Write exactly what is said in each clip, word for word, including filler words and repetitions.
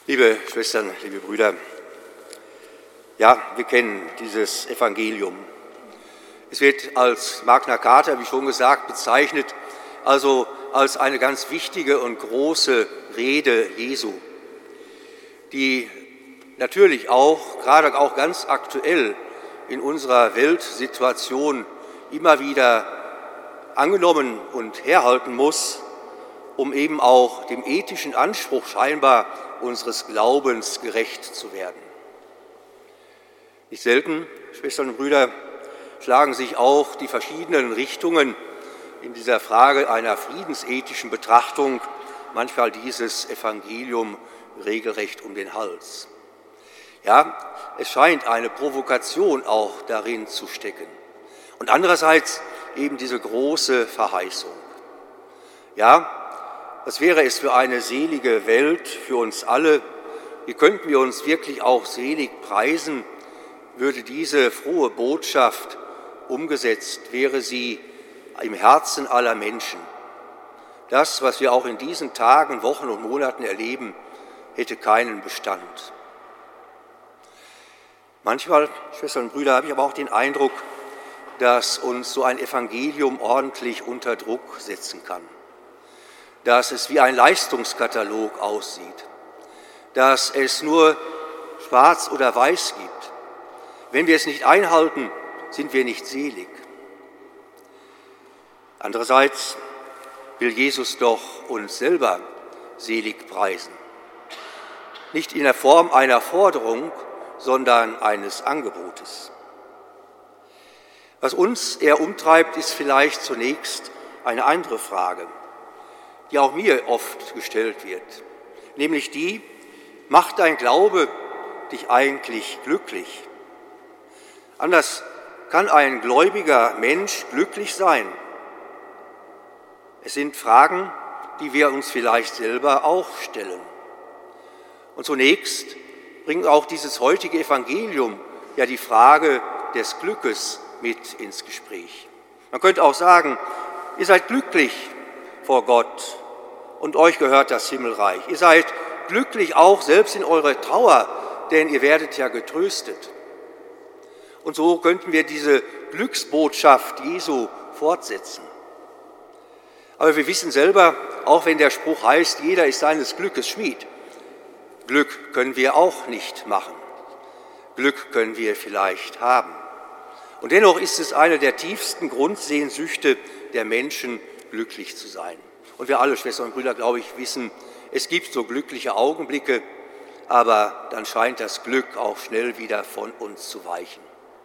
Liebe Schwestern, liebe Brüder, ja, wir kennen dieses Evangelium. Es wird als Magna Carta, wie schon gesagt, bezeichnet, also als eine ganz wichtige und große Rede Jesu, die natürlich auch, gerade auch ganz aktuell in unserer Weltsituation immer wieder angenommen und herhalten muss, um eben auch dem ethischen Anspruch scheinbar unseres Glaubens gerecht zu werden. Nicht selten, Schwestern und Brüder, schlagen sich auch die verschiedenen Richtungen in dieser Frage einer friedensethischen Betrachtung manchmal dieses Evangelium regelrecht um den Hals. Ja, es scheint eine Provokation auch darin zu stecken. Und andererseits eben diese große Verheißung. Ja, was wäre es für eine selige Welt für uns alle? Wie könnten wir uns wirklich auch selig preisen, würde diese frohe Botschaft umgesetzt, wäre sie im Herzen aller Menschen. Das, was wir auch in diesen Tagen, Wochen und Monaten erleben, hätte keinen Bestand. Manchmal, Schwestern und Brüder, habe ich aber auch den Eindruck, dass uns so ein Evangelium ordentlich unter Druck setzen kann. Dass es wie ein Leistungskatalog aussieht, dass es nur schwarz oder weiß gibt. Wenn wir es nicht einhalten, sind wir nicht selig. Andererseits will Jesus doch uns selber selig preisen. Nicht in der Form einer Forderung, sondern eines Angebotes. Was uns eher umtreibt, ist vielleicht zunächst eine andere Frage, die auch mir oft gestellt wird, nämlich die: Macht dein Glaube dich eigentlich glücklich? Anders kann ein gläubiger Mensch glücklich sein. Es sind Fragen, die wir uns vielleicht selber auch stellen. Und zunächst bringt auch dieses heutige Evangelium ja die Frage des Glückes mit ins Gespräch. Man könnte auch sagen, ihr seid glücklich vor Gott und euch gehört das Himmelreich. Ihr seid glücklich auch selbst in eurer Trauer, denn ihr werdet ja getröstet. Und so könnten wir diese Glücksbotschaft Jesu fortsetzen. Aber wir wissen selber, auch wenn der Spruch heißt, jeder ist seines Glückes Schmied, Glück können wir auch nicht machen. Glück können wir vielleicht haben. Und dennoch ist es eine der tiefsten Grundsehnsüchte der Menschen, glücklich zu sein. Und wir alle, Schwestern und Brüder, glaube ich, wissen, es gibt so glückliche Augenblicke, aber dann scheint das Glück auch schnell wieder von uns zu weichen.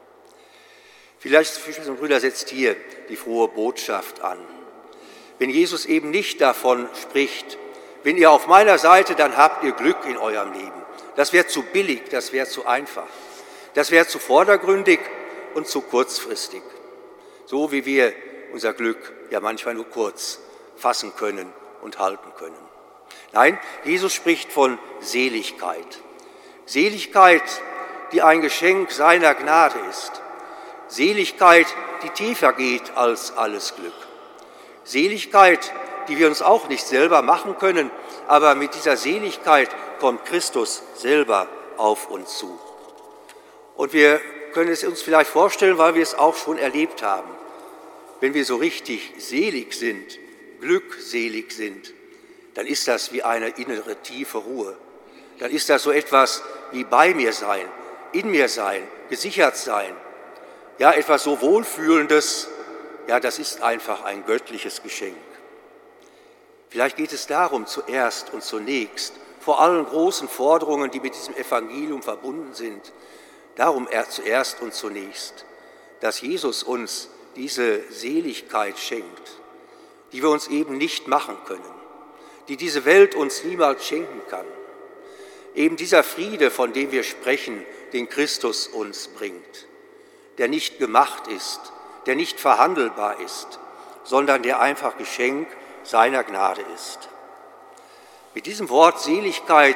Vielleicht, Schwestern und Brüder, setzt hier die frohe Botschaft an. Wenn Jesus eben nicht davon spricht, wenn ihr auf meiner Seite, dann habt ihr Glück in eurem Leben. Das wäre zu billig, das wäre zu einfach. Das wäre zu vordergründig und zu kurzfristig. So wie wir unser Glück ja manchmal nur kurz fassen können und halten können. Nein, Jesus spricht von Seligkeit. Seligkeit, die ein Geschenk seiner Gnade ist. Seligkeit, die tiefer geht als alles Glück. Seligkeit, die wir uns auch nicht selber machen können, aber mit dieser Seligkeit kommt Christus selber auf uns zu. Und wir können es uns vielleicht vorstellen, weil wir es auch schon erlebt haben. Wenn wir so richtig selig sind, glückselig sind, dann ist das wie eine innere tiefe Ruhe. Dann ist das so etwas wie bei mir sein, in mir sein, gesichert sein. Ja, etwas so Wohlfühlendes, ja, das ist einfach ein göttliches Geschenk. Vielleicht geht es darum zuerst und zunächst, vor allen großen Forderungen, die mit diesem Evangelium verbunden sind, darum zuerst und zunächst, dass Jesus uns diese Seligkeit schenkt, die wir uns eben nicht machen können, die diese Welt uns niemals schenken kann. Eben dieser Friede, von dem wir sprechen, den Christus uns bringt, der nicht gemacht ist, der nicht verhandelbar ist, sondern der einfach Geschenk seiner Gnade ist. Mit diesem Wort Seligkeit,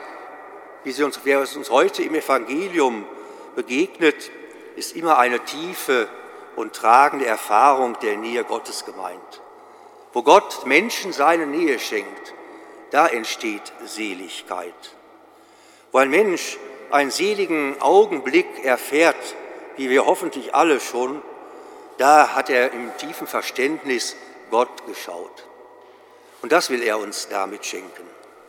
wie sie uns, wer es uns heute im Evangelium begegnet, ist immer eine tiefe und tragende Erfahrung der Nähe Gottes gemeint. Wo Gott Menschen seine Nähe schenkt, da entsteht Seligkeit. Wo ein Mensch einen seligen Augenblick erfährt, wie wir hoffentlich alle schon, da hat er im tiefen Verständnis Gott geschaut. Und das will er uns damit schenken.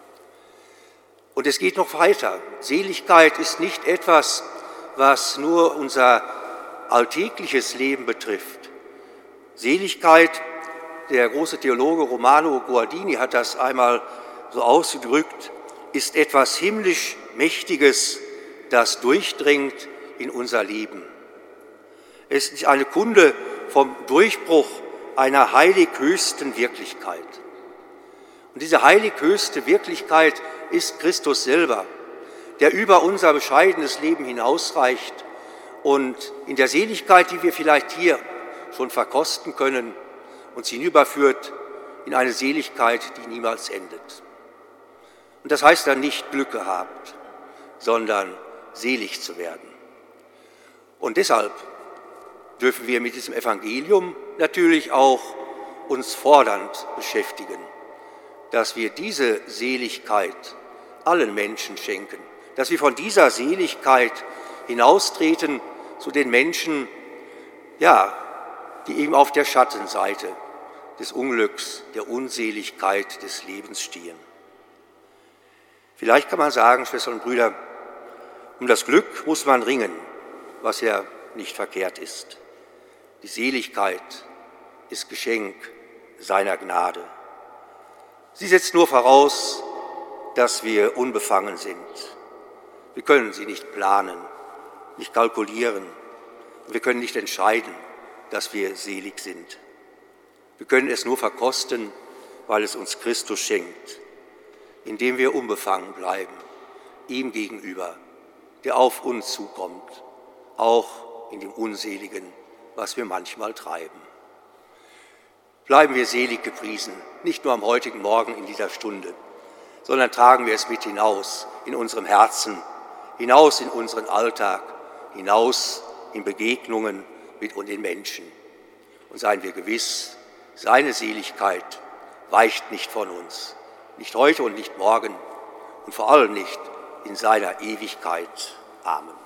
Und es geht noch weiter. Seligkeit ist nicht etwas, was nur unser alltägliches Leben betrifft. Seligkeit, der große Theologe Romano Guardini hat das einmal so ausgedrückt, ist etwas himmlisch Mächtiges, das durchdringt in unser Leben. Es ist eine Kunde vom Durchbruch einer heilig höchsten Wirklichkeit. Und diese heilig höchste Wirklichkeit ist Christus selber, der über unser bescheidenes Leben hinausreicht und in der Seligkeit, die wir vielleicht hier schon verkosten können, uns hinüberführt in eine Seligkeit, die niemals endet. Und das heißt dann nicht Glück gehabt, sondern selig zu werden. Und deshalb dürfen wir mit diesem Evangelium natürlich auch uns fordernd beschäftigen, dass wir diese Seligkeit allen Menschen schenken, dass wir von dieser Seligkeit hinaustreten zu den Menschen, ja, die eben auf der Schattenseite des Unglücks, der Unseligkeit des Lebens stehen. Vielleicht kann man sagen, Schwestern und Brüder, um das Glück muss man ringen, was ja nicht verkehrt ist. Die Seligkeit ist Geschenk seiner Gnade. Sie setzt nur voraus, dass wir unbefangen sind. Wir können sie nicht planen, nicht kalkulieren. Wir können nicht entscheiden, dass wir selig sind. Wir können es nur verkosten, weil es uns Christus schenkt, indem wir unbefangen bleiben, ihm gegenüber, der auf uns zukommt, auch in dem Unseligen, was wir manchmal treiben. Bleiben wir selig gepriesen, nicht nur am heutigen Morgen in dieser Stunde, sondern tragen wir es mit hinaus in unserem Herzen, hinaus in unseren Alltag, hinaus in Begegnungen mit den Menschen. Und seien wir gewiss, seine Seligkeit weicht nicht von uns, nicht heute und nicht morgen und vor allem nicht in seiner Ewigkeit. Amen.